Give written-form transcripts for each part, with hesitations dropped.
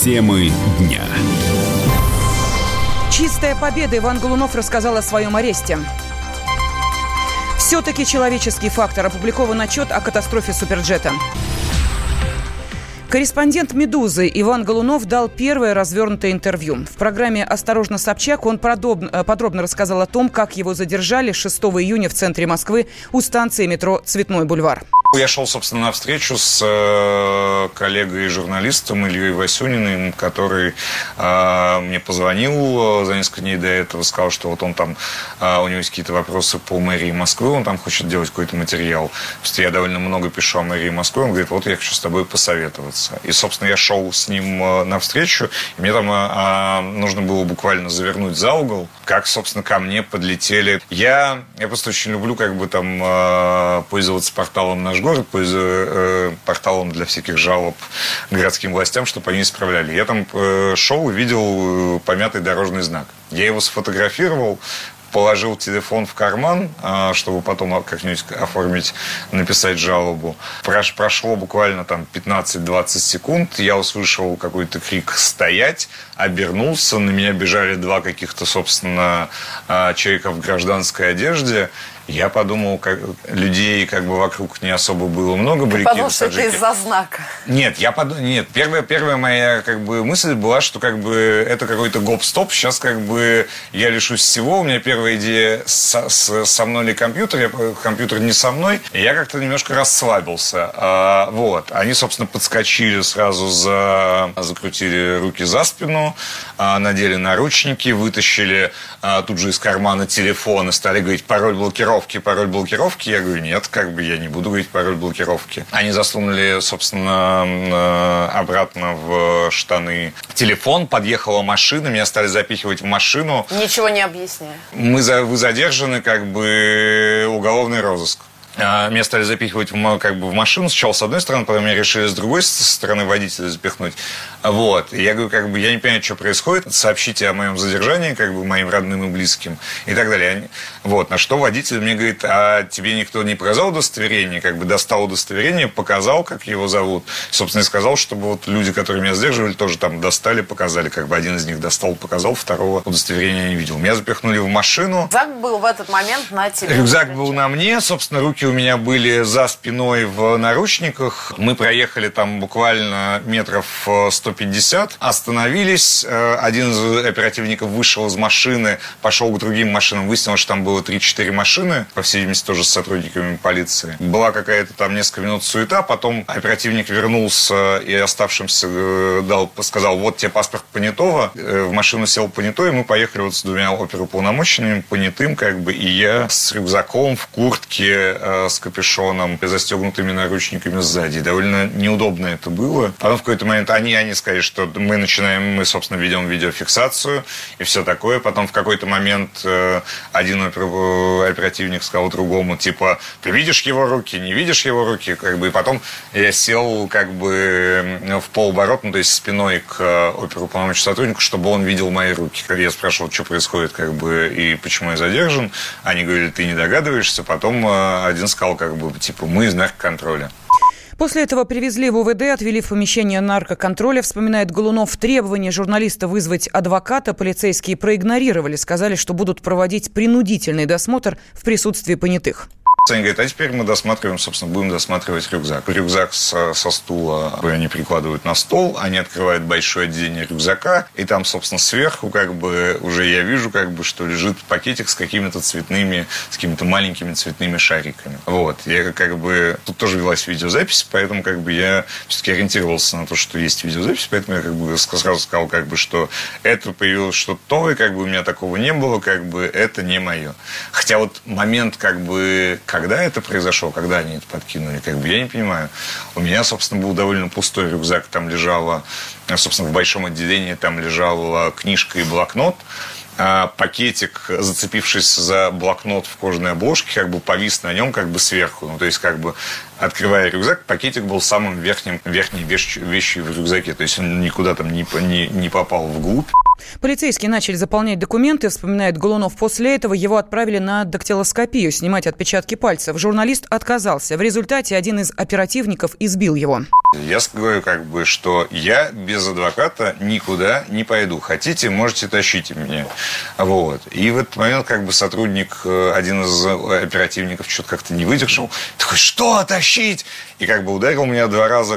Темы дня. Чистая победа. Иван Голунов рассказал о своем аресте. Все-таки человеческий фактор. Опубликован отчет о катастрофе суперджета. Корреспондент «Медузы» Иван Голунов дал первое развернутое интервью. В программе «Осторожно, Собчак» он подробно рассказал о том, как его задержали 6 июня в центре Москвы у станции метро «Цветной бульвар». Я шел, собственно, на встречу с коллегой и журналистом Ильей Васюниным, который мне позвонил за несколько дней до этого, сказал, что вот он там, у него есть какие-то вопросы по мэрии Москвы, он там хочет делать какой-то материал. Потому что я довольно много пишу о мэрии Москвы, он говорит, вот я хочу с тобой посоветоваться. И, собственно, я шел с ним на встречу, и мне там нужно было буквально завернуть за угол, как, собственно, ко мне подлетели. Я просто очень люблю как бы там пользоваться порталом «Наш город», порталом для всяких жалоб городским властям, чтобы они исправляли. Я там шел и видел помятый дорожный знак. Я его сфотографировал, положил телефон в карман, чтобы потом как-нибудь оформить, написать жалобу. Прошло буквально там 15-20 секунд, я услышал какой-то крик «стоять», обернулся, на меня бежали два каких-то, собственно, человека в гражданской одежде. Я подумал, как людей как бы вокруг не особо было много. Ты подумал, что это из-за знака? Нет, первая моя как бы мысль была, что как бы это какой-то гоп-стоп. Сейчас как бы я лишусь всего. У меня первая идея со мной ли компьютер, компьютер не со мной. И я как-то немножко расслабился. Вот. Они, собственно, подскочили сразу, закрутили руки за спину, надели наручники, вытащили тут же из кармана телефон и стали говорить пароль блокировки. Я говорю, нет, как бы я не буду говорить пароль блокировки. Они засунули, собственно, обратно в штаны телефон, подъехала машина, меня стали запихивать в машину. Ничего не объясняя. Вы задержаны, как бы уголовный розыск. Меня стали запихивать в машину. Сначала с одной стороны, потом меня решили с другой стороны водителя запихнуть. Вот. И я говорю, как бы, я не понимаю, что происходит. Сообщите о моем задержании, как бы, моим родным и близким. И так далее. Вот. На что водитель мне говорит, а тебе никто не показал удостоверение? Как бы достал удостоверение, показал, как его зовут. Собственно, и сказал, чтобы вот люди, которые меня сдерживали, тоже там достали, показали. Как бы один из них достал, показал, второго удостоверения не видел. Меня запихнули в машину. Рюкзак был в этот момент на тебе. Рюкзак был на мне. Собственно, руки у меня были за спиной в наручниках. Мы проехали там буквально метров 150. Остановились. Один из оперативников вышел из машины, пошел к другим машинам. Выяснилось, что там было 3-4 машины. По всей видимости, тоже с сотрудниками полиции. Была какая-то там несколько минут суета. Потом оперативник вернулся и оставшимся сказал, вот тебе паспорт понятого. В машину сел понятой, и мы поехали вот с двумя оперуполномоченными, понятым, как бы, и я с рюкзаком в куртке, с капюшоном, застегнутыми наручниками сзади. Довольно неудобно это было. Потом в какой-то момент они сказали, что мы, собственно, ведем видеофиксацию и все такое. Потом в какой-то момент один оперативник сказал другому, типа, ты видишь его руки, не видишь его руки, как бы. И потом я сел как бы в полоборота, ну, то есть спиной к оперуполномоченному сотруднику, чтобы он видел мои руки. Я спрашивал, что происходит, как бы, и почему я задержан. Они говорили, ты не догадываешься. Потом один сказал, как бы, типа, мы из наркоконтроля. После этого привезли в УВД, отвели в помещение наркоконтроля. Вспоминает Голунов, требования журналиста вызвать адвоката полицейские проигнорировали. Сказали, что будут проводить принудительный досмотр в присутствии понятых. Они говорят, а теперь мы досматриваем, собственно, будем досматривать рюкзак. Рюкзак со стула они прикладывают на стол, они открывают большое отделение рюкзака, и там, собственно, сверху, как бы, уже я вижу, как бы, что лежит пакетик с какими-то цветными, с какими-то маленькими цветными шариками. Вот. Я, как бы, тут тоже велась видеозапись, поэтому, как бы, я все-таки ориентировался на то, что есть видеозапись, поэтому я, как бы, сразу сказал, как бы, что это появилось что-то новое, как бы, у меня такого не было, как бы, это не мое. Хотя вот момент, как бы, когда это произошло, когда они это подкинули, как бы, я не понимаю. У меня, собственно, был довольно пустой рюкзак, там лежала, собственно, в большом отделении там лежала книжка и блокнот. Пакетик, зацепившись за блокнот в кожаной обложке, как бы повис на нем как бы сверху. Ну, то есть, как бы, Открывая рюкзак, пакетик был самым верхней вещью в рюкзаке. То есть он никуда там не попал вглубь. Полицейские начали заполнять документы, вспоминает Голунов. После этого его отправили на дактилоскопию, снимать отпечатки пальцев. Журналист отказался. В результате один из оперативников избил его. Я говорю, что я без адвоката никуда не пойду. Хотите, можете тащите меня. Вот. И в этот момент сотрудник, один из оперативников, что-то как-то не выдержал. Такой, что тащить? И ударил меня 2 раза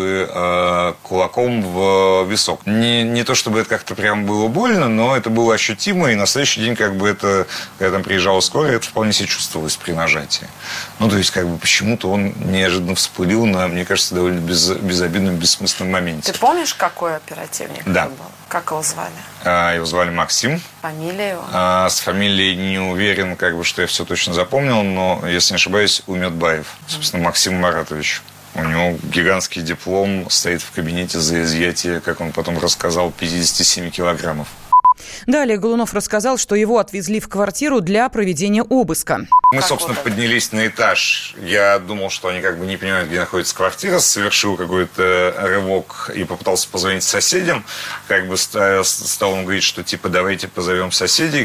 кулаком в висок. Не то, чтобы это как-то прям было больно, но это было ощутимо. И на следующий день, когда там приезжала скорая, это вполне себе чувствовалось при нажатии. Ну, то есть, почему-то он неожиданно вспылил на, мне кажется, довольно безобидном, бессмысленном моменте. Ты помнишь, какой оперативник да. это был? Как его звали? Его звали Максим. Фамилия его? С фамилией не уверен, что я все точно запомнил, но, если не ошибаюсь, Уметбаев. Собственно, Максим Маратович. У него гигантский диплом стоит в кабинете за изъятие, как он потом рассказал, 57 килограммов. Далее Голунов рассказал, что его отвезли в квартиру для проведения обыска. Мы, собственно, поднялись на этаж. Я думал, что они не понимают, где находится квартира. Совершил какой-то рывок и попытался позвонить соседям. Стал он говорить, что давайте позовем соседей,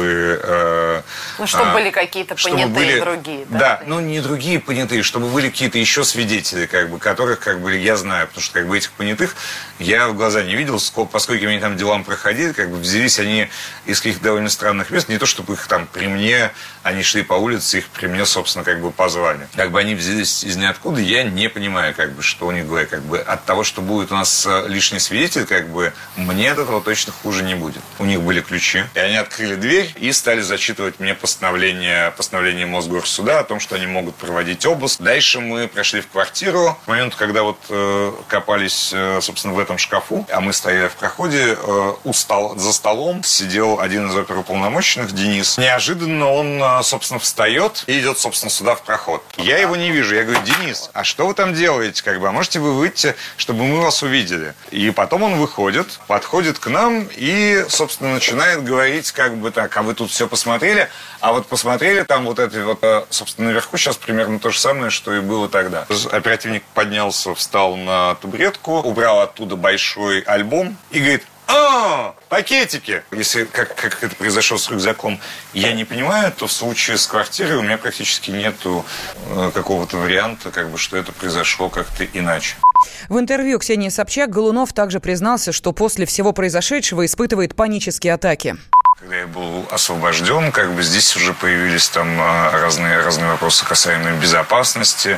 чтобы были какие-то понятые другие. Да, не другие понятые, чтобы были какие-то еще свидетели, которых я знаю. Потому что этих понятых я в глаза не видел, поскольку они там делам проходили, взялись они из каких-то довольно странных мест. Не то, чтобы их там при мне, они шли по улице, их при мне, собственно, позвали. Они взялись из ниоткуда, я не понимаю, что у них говорят. От того, что будет у нас лишний свидетель, мне от этого точно хуже не будет. У них были ключи, и они открыли дверь и стали зачитывать мне постановление Мосгорсуда о том, что они могут проводить обыск. Дальше мы прошли в квартиру. В момент, когда копались, собственно, в этом шкафу, а мы стояли в проходе, за столом сидел один из оперуполномоченных, Денис. Неожиданно он, собственно, встает и идет, собственно, сюда в проход. Я его не вижу. Я говорю, Денис, а что вы там делаете? А можете вы выйти, чтобы мы вас увидели? И потом он выходит, подходит к нам и, собственно, начинает говорить, а вы тут все посмотрели? А посмотрели там собственно, наверху сейчас примерно то же самое, что и было тогда. Оперативник поднялся, встал на табуретку, убрал оттуда большой альбом и говорит, пакетики. Если, как это произошло с рюкзаком, я не понимаю, то в случае с квартирой у меня практически нету какого-то варианта, что это произошло как-то иначе. В интервью Ксении Собчак Голунов также признался, что после всего произошедшего испытывает панические атаки. Когда я был освобожден, здесь уже появились разные вопросы касаемые безопасности.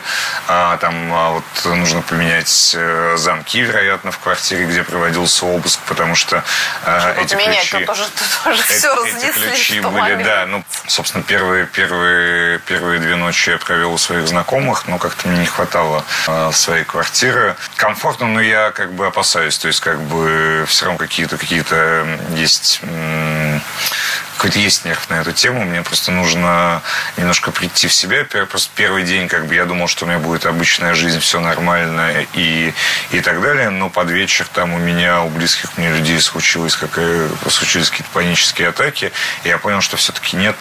Нужно поменять замки, вероятно, в квартире, где проводился обыск, потому что эти ключи... тоже все разнесли. Эти ключи были, собственно, первые 2 ночи я провел у своих знакомых, но как-то мне не хватало своей квартиры. Комфортно, но я опасаюсь, то есть все равно какие-то есть... Какой-то есть нерв на эту тему. Мне просто нужно немножко прийти в себя. Просто первый день я думал, что у меня будет обычная жизнь, все нормально и так далее. Но под вечер у меня, у близких мне людей случились какие-то панические атаки. И я понял, что все-таки нет.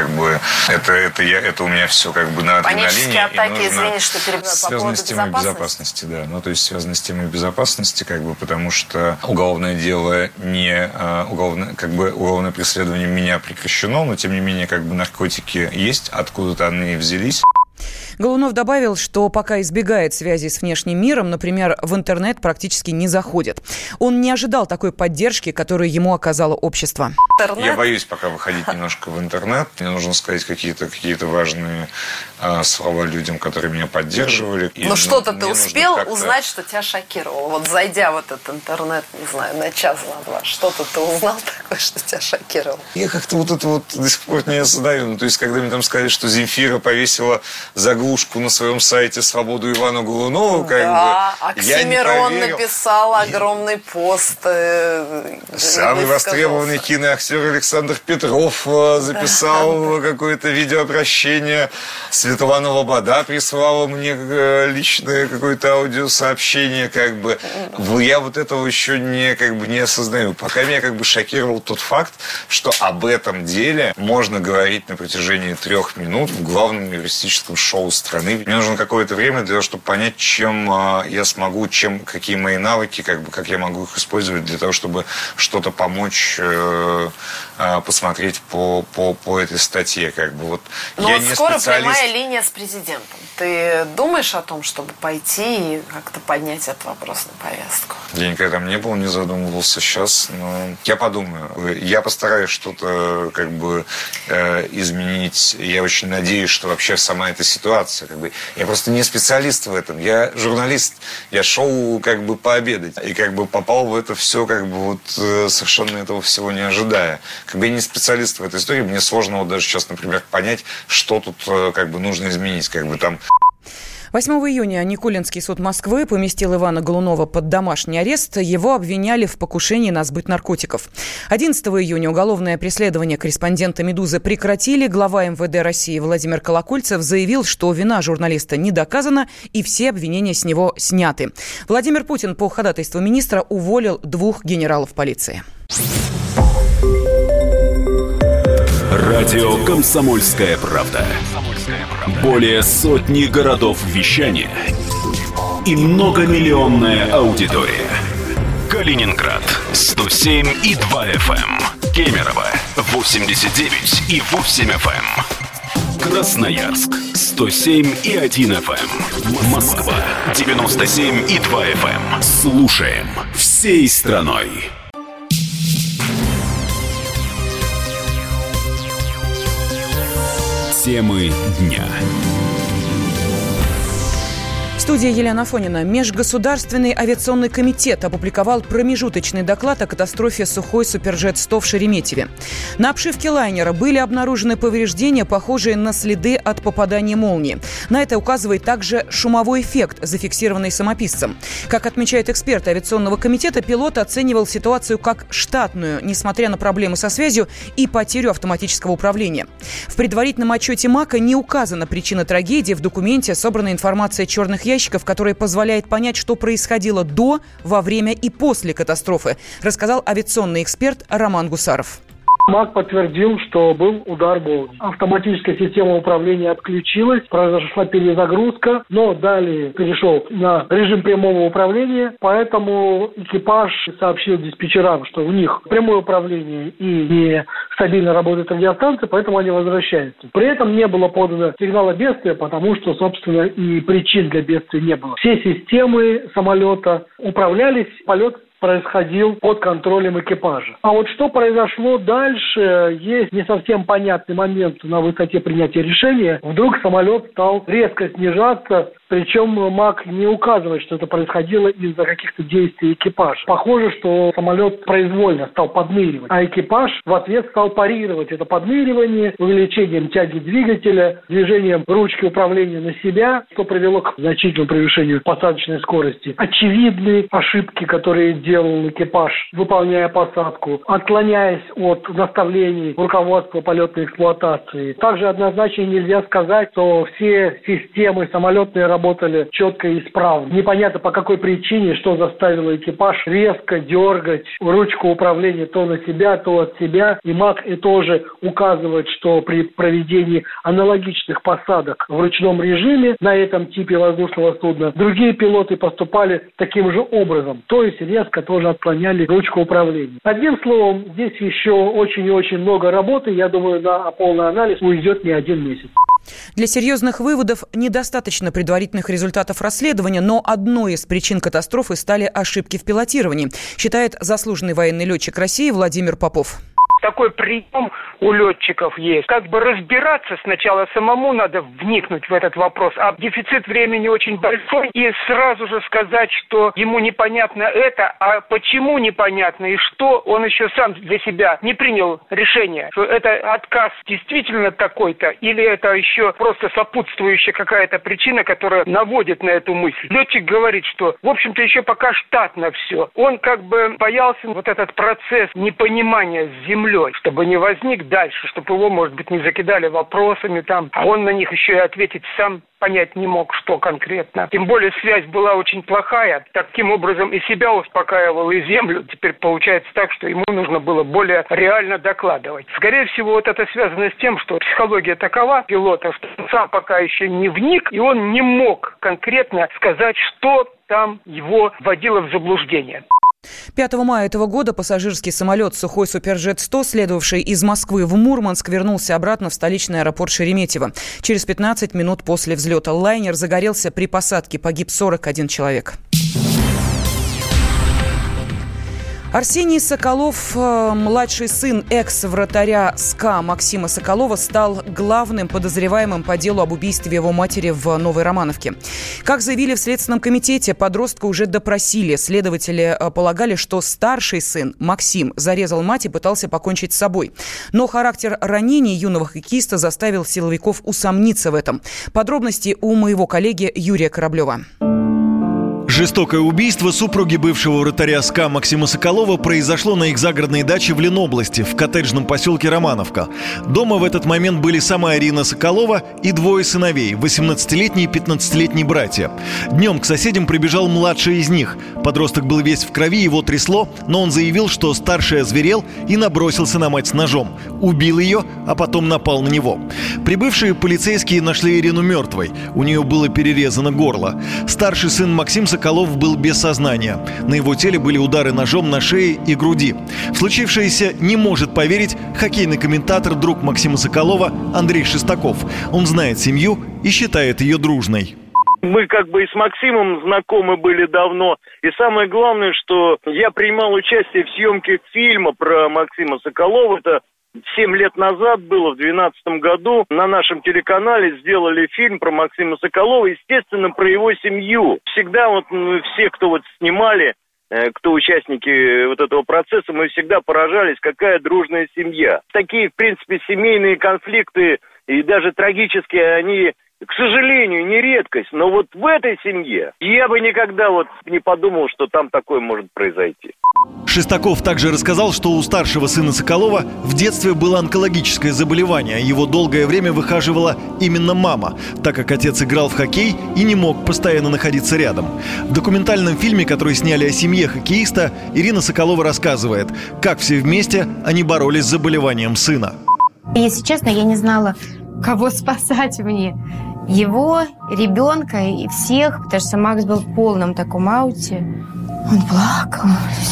Это у меня все на адреналине. Панические атаки, извини, что перебиваю, по поводу с темой безопасности, да. То есть связано с темой безопасности, потому что уголовное дело уголовное преследование меня прекращено, но тем не менее наркотики есть, откуда-то они взялись. Голунов добавил, что пока избегает связи с внешним миром, например, в интернет практически не заходит. Он не ожидал такой поддержки, которую ему оказало общество. Я боюсь пока выходить немножко в интернет. Мне нужно сказать какие-то важные слова людям, которые меня поддерживали. Но что-то ты успел узнать, что тебя шокировало? Зайдя в этот интернет, не знаю, на час, на 2, что-то ты узнал такое, что тебя шокировало? Я как-то это до сих пор не осознаю. То есть, когда мне там сказали, что Земфира повесила заглушку на своем сайте «Свободу Ивану Голунову», Оксимирон написал огромный пост. Самый востребованный киноактер Александр Петров записал какое-то видеообращение с Светлана Лобода прислала мне личное какое-то аудиосообщение, я вот этого еще не осознаю. Пока меня шокировал тот факт, что об этом деле можно говорить на протяжении 3 минут в главном юмористическом шоу страны. Мне нужно какое-то время для того, чтобы понять, чем я смогу, какие мои навыки, как я могу их использовать для того, чтобы что-то помочь посмотреть по этой статье. Но скоро прямая линия с президентом. Ты думаешь о том, чтобы пойти и как-то поднять этот вопрос на повестку? Я никогда там не был, не задумывался сейчас, но я подумаю. Я постараюсь что-то изменить. Я очень надеюсь, что вообще сама эта ситуация, я просто не специалист в этом. Я журналист. Я шел пообедать. И попал в это все совершенно этого всего не ожидая. Я не специалист в этой истории. Мне сложно даже сейчас, например, понять, что тут нужно изменить. 8 июня Никулинский суд Москвы поместил Ивана Голунова под домашний арест. Его обвиняли в покушении на сбыт наркотиков. 11 июня уголовное преследование корреспондента «Медузы» прекратили. Глава МВД России Владимир Колокольцев заявил, что вина журналиста не доказана и все обвинения с него сняты. Владимир Путин по ходатайству министра уволил 2 генералов полиции. Радио «Комсомольская правда». Более сотни городов вещания и многомиллионная аудитория. Калининград 107,2 FM, Кемерово 89,8 FM, Красноярск 107,1 FM, Москва 97,2 FM. Слушаем всей страной. Темы дня. Студия Елена Афонина. Межгосударственный авиационный комитет опубликовал промежуточный доклад о катастрофе Сухой Суперджет-100 в Шереметьеве. На обшивке лайнера были обнаружены повреждения, похожие на следы от попадания молнии. На это указывает также шумовой эффект, зафиксированный самописцем. Как отмечают эксперты авиационного комитета, пилот оценивал ситуацию как штатную, несмотря на проблемы со связью и потерю автоматического управления. В предварительном отчете МАКа не указана причина трагедии. В документе собрана информация черных ящиков, которая позволяет понять, что происходило до, во время и после катастрофы, рассказал авиационный эксперт Роман Гусаров. МАК подтвердил, что был удар молнии. Автоматическая система управления отключилась, произошла перезагрузка, но далее перешел на режим прямого управления, поэтому экипаж сообщил диспетчерам, что у них прямое управление и не стабильно работает радиостанция, поэтому они возвращаются. При этом не было подано сигнала бедствия, потому что, собственно, и причин для бедствия не было. Все системы самолета управлялись, полет происходил под контролем экипажа. А вот что произошло дальше, есть не совсем понятный момент на высоте принятия решения. Вдруг самолет стал резко снижаться, причем МАК не указывает, что это происходило из-за каких-то действий экипажа. Похоже, что самолет произвольно стал подныривать, а экипаж в ответ стал парировать это подныривание увеличением тяги двигателя, движением ручки управления на себя, что привело к значительному превышению посадочной скорости. Очевидные ошибки, которые делал экипаж, выполняя посадку, отклоняясь от наставлений руководства полетной эксплуатации. Также однозначно нельзя сказать, что все системы самолетные работали четко и исправно. Непонятно по какой причине, что заставило экипаж резко дергать ручку управления то на себя, то от себя. И МАК и тоже указывает, что при проведении аналогичных посадок в ручном режиме на этом типе воздушного судна другие пилоты поступали таким же образом, то есть резко тоже отклоняли ручку управления. Одним словом, здесь еще очень и очень много работы. Я думаю, на полный анализ уйдет не 1 месяц. Для серьезных выводов недостаточно предварительных результатов расследования, но одной из причин катастрофы стали ошибки в пилотировании, считает заслуженный военный летчик России Владимир Попов. Такой прием у летчиков есть. Как бы разбираться сначала самому надо вникнуть в этот вопрос, а дефицит времени очень большой, и сразу же сказать, что ему непонятно это, а почему непонятно, и что он еще сам для себя не принял решение, что это отказ действительно такой-то, или это еще просто сопутствующая какая-то причина, которая наводит на эту мысль. Летчик говорит, что, в общем-то, еще пока штатно все. Он как бы боялся вот этот процесс непонимания с землей, землей, чтобы не возник дальше, чтобы его, может быть, не закидали вопросами там, а он на них еще и ответить сам понять не мог, что конкретно. Тем более связь была очень плохая. Таким образом и себя успокаивал, и землю. Теперь получается так, что ему нужно было более реально докладывать. Скорее всего, вот это связано с тем, что психология такова пилота, что он сам пока еще не вник, и он не мог конкретно сказать, что там его вводило в заблуждение. 5 мая этого года пассажирский самолет «Сухой Суперджет-100», следовавший из Москвы в Мурманск, вернулся обратно в столичный аэропорт Шереметьево. Через 15 минут после взлета лайнер загорелся при посадке. Погиб 41 человек. Арсений Соколов, младший сын экс-вратаря СКА Максима Соколова, стал главным подозреваемым по делу об убийстве его матери в Новой Романовке. Как заявили в Следственном комитете, подростка уже допросили. Следователи полагали, что старший сын Максим зарезал мать и пытался покончить с собой. Но характер ранений юного хоккеиста заставил силовиков усомниться в этом. Подробности у моего коллеги Юрия Кораблева. Жестокое убийство супруги бывшего вратаря СКА Максима Соколова произошло на их загородной даче в Ленобласти, в коттеджном поселке Романовка. Дома в этот момент были сама Ирина Соколова и двое сыновей, 18-летний и 15-летний братья. Днем к соседям прибежал младший из них. Подросток был весь в крови, его трясло, но он заявил, что старший озверел и набросился на мать с ножом. Убил ее, а потом напал на него. Прибывшие полицейские нашли Ирину мертвой. У нее было перерезано горло. Старший сын Максим Соколов был без сознания. На его теле были удары ножом на шее и груди. В случившееся не может поверить хоккейный комментатор, друг Максима Соколова Андрей Шестаков. Он знает семью и считает ее дружной. Мы как бы и с Максимом знакомы были давно. И самое главное, что я принимал участие в съемке фильма про Максима Соколова. Это 7 лет назад было, в 2012 году, на нашем телеканале сделали фильм про Максима Соколова, естественно, про его семью. Всегда вот все, кто вот снимали, кто участники вот этого процесса, мы всегда поражались, какая дружная семья. Такие, в принципе, семейные конфликты и даже трагические, они, к сожалению, не редкость. Но вот в этой семье я бы никогда вот не подумал, что там такое может произойти. Шестаков также рассказал, что у старшего сына Соколова в детстве было онкологическое заболевание. Его долгое время выхаживала именно мама, так как отец играл в хоккей и не мог постоянно находиться рядом. В документальном фильме, который сняли о семье хоккеиста, Ирина Соколова рассказывает, как все вместе они боролись с заболеванием сына. Если честно, я не знала, кого спасать мне. Его, ребенка и всех, потому что Макс был в полном таком ауте. Он плакал.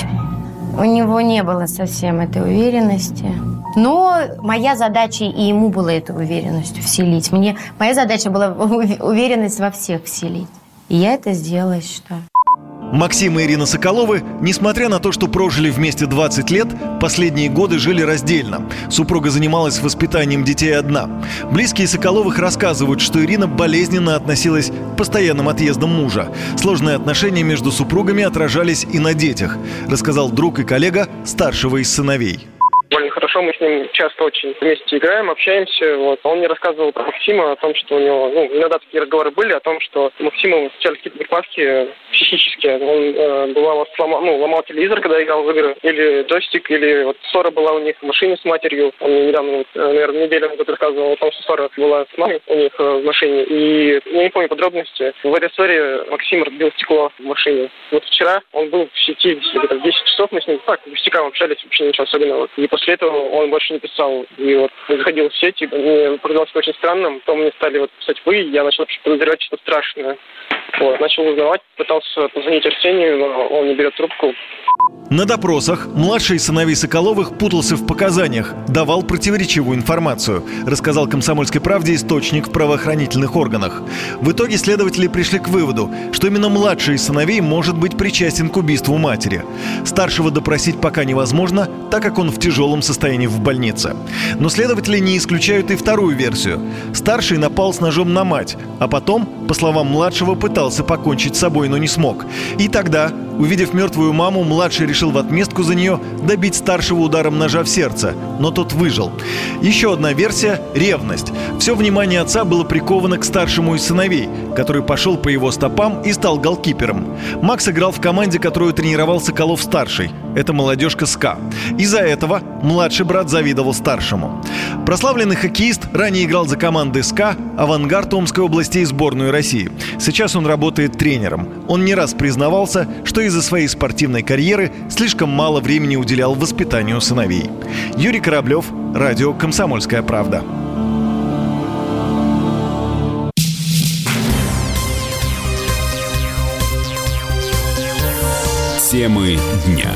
У него не было совсем этой уверенности. Но моя задача и ему была эту уверенность вселить. Моя задача была уверенность во всех вселить. И я это сделала, я считаю. Максим и Ирина Соколовы, несмотря на то, что прожили вместе 20 лет, последние годы жили раздельно. Супруга занималась воспитанием детей одна. Близкие Соколовых рассказывают, что Ирина болезненно относилась к постоянным отъездам мужа. Сложные отношения между супругами отражались и на детях, рассказал друг и коллега старшего из сыновей. Довольно хорошо, мы с ним часто очень вместе играем, общаемся. Вот. Он мне рассказывал про Максима, о том, что у него, иногда такие разговоры были, о том, что Максиму встречались какие-то припадки психические. Он бывало ломал телевизор, когда играл в игры, или джойстик, или вот ссора была у них в машине с матерью. Он мне недавно, наверное, неделю назад рассказывал о том, что ссора была с мамой у них в машине. И я не помню подробности. В этой ссоре Максим разбил стекло в машине. Вот вчера он был в сети, 10 часов мы с ним так, пустяком общались, вообще ничего особенного. И после этого он больше не писал. И вот заходил в сеть, и мне показалось очень странным. Потом мне стали писать вы, я начал подозревать что-то страшное. Вот, начал узнавать, пытался позвонить Арсению, но он не берет трубку. На допросах младший из сыновей Соколовых путался в показаниях, давал противоречивую информацию, рассказал «Комсомольской правде» источник в правоохранительных органах. В итоге следователи пришли к выводу, что именно младший из сыновей может быть причастен к убийству матери. Старшего допросить пока невозможно, так как он в тяжелом состоянии в больнице. Но следователи не исключают и вторую версию. Старший напал с ножом на мать, а потом, по словам младшего, пытался покончить с собой, но не смог. И тогда Увидев мертвую маму, младший решил в отместку за нее добить старшего ударом ножа в сердце, но тот выжил. Еще одна версия – ревность. Все внимание отца было приковано к старшему из сыновей, который пошел по его стопам и стал голкипером. Макс играл в команде, которую тренировал Соколов-старший. Это молодежка СКА. Из-за этого младший брат завидовал старшему. Прославленный хоккеист ранее играл за команды СКА, «Авангард» Омской области и сборную России. Сейчас он работает тренером. Он не раз признавался, что из-за своей спортивной карьеры слишком мало времени уделял воспитанию сыновей. Юрий Кораблев, радио «Комсомольская правда». Темы дня.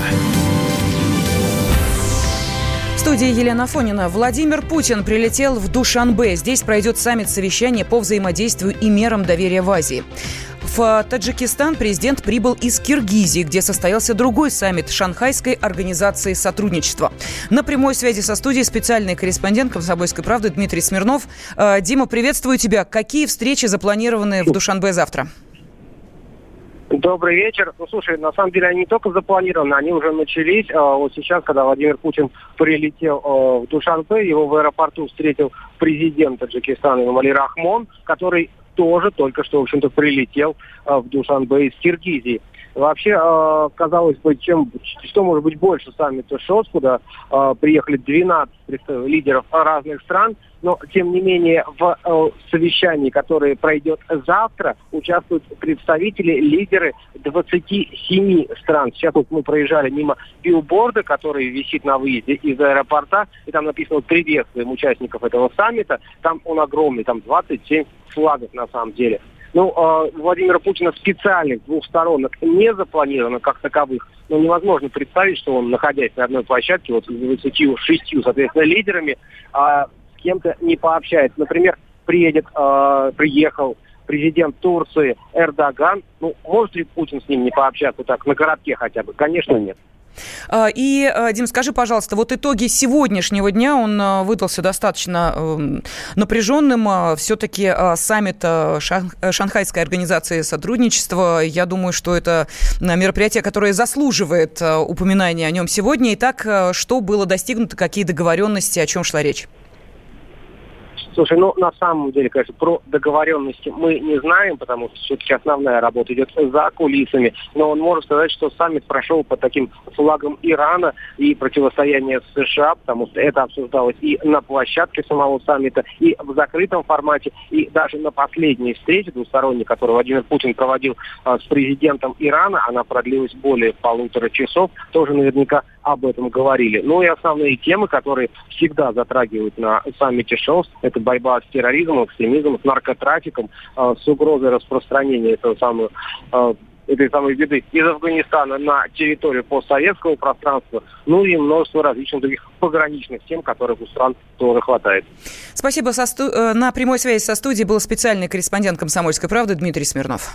В студии Елена Афонина. Владимир Путин прилетел в Душанбе. Здесь пройдет саммит-совещание по взаимодействию и мерам доверия в Азии. В Таджикистан президент прибыл из Киргизии, где состоялся другой саммит Шанхайской организации сотрудничества. На прямой связи со студией специальный корреспондент «Комсомольской правды» Дмитрий Смирнов. Дима, приветствую тебя. Какие встречи запланированы в Душанбе завтра? Добрый вечер. Ну, слушай, на самом деле они не только запланированы, они уже начались. Вот сейчас, когда Владимир Путин прилетел в Душанбе, его в аэропорту встретил президент Таджикистана Эмомали Рахмон, который тоже только что, в общем-то, прилетел в Душанбе из Киргизии. Вообще, казалось бы, что может быть больше саммита ШОС, куда приехали 12 лидеров разных стран, но, тем не менее, в совещании, которое пройдет завтра, участвуют представители, лидеры 27 стран. Сейчас вот мы проезжали мимо билборда, который висит на выезде из аэропорта, и там написано «Приветствуем участников этого саммита». Там он огромный, там 27 флагов на самом деле. Ну, Владимира Путина специальных двухсторонок не запланировано как таковых, но невозможно представить, что он, находясь на одной площадке, вот с 26, соответственно, лидерами, с кем-то не пообщается. Например, приехал президент Турции Эрдоган. Ну, может ли Путин с ним не пообщаться так, на коротке хотя бы? Конечно, нет. И, Дим, скажи, пожалуйста, вот итоги сегодняшнего дня, он выдался достаточно напряженным. Все-таки саммит Шанхайской организации сотрудничества, я думаю, что это мероприятие, которое заслуживает упоминания о нем сегодня. Итак, что было достигнуто, какие договоренности, о чем шла речь? Слушай, ну, на самом деле, конечно, про договоренности мы не знаем, потому что все-таки основная работа идет за кулисами. Но он может сказать, что саммит прошел под таким флагом Ирана и противостояния с США, потому что это обсуждалось и на площадке самого саммита, и в закрытом формате, и даже на последней встрече двусторонней, которую Владимир Путин проводил с президентом Ирана, она продлилась более 1,5 часов, тоже наверняка об этом говорили. Ну и основные темы, которые всегда затрагивают на саммите ШОС, это борьба с терроризмом, экстремизмом, с наркотрафиком, с угрозой распространения этой самой беды из Афганистана на территорию постсоветского пространства, ну и множество различных других пограничных тем, которых у стран тоже хватает. Спасибо. На прямой связи со студией был специальный корреспондент «Комсомольской правды» Дмитрий Смирнов.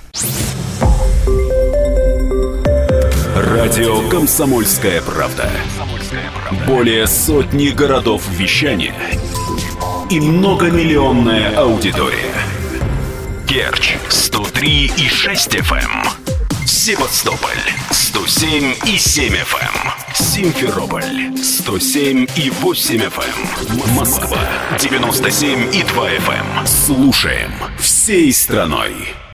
Радио «Комсомольская правда». Более сотни городов вещания и многомиллионная аудитория. Керчь 103,6 FM, Севастополь 107,7 FM, Симферополь 107,8 FM, Москва 97,2 FM. Слушаем всей страной.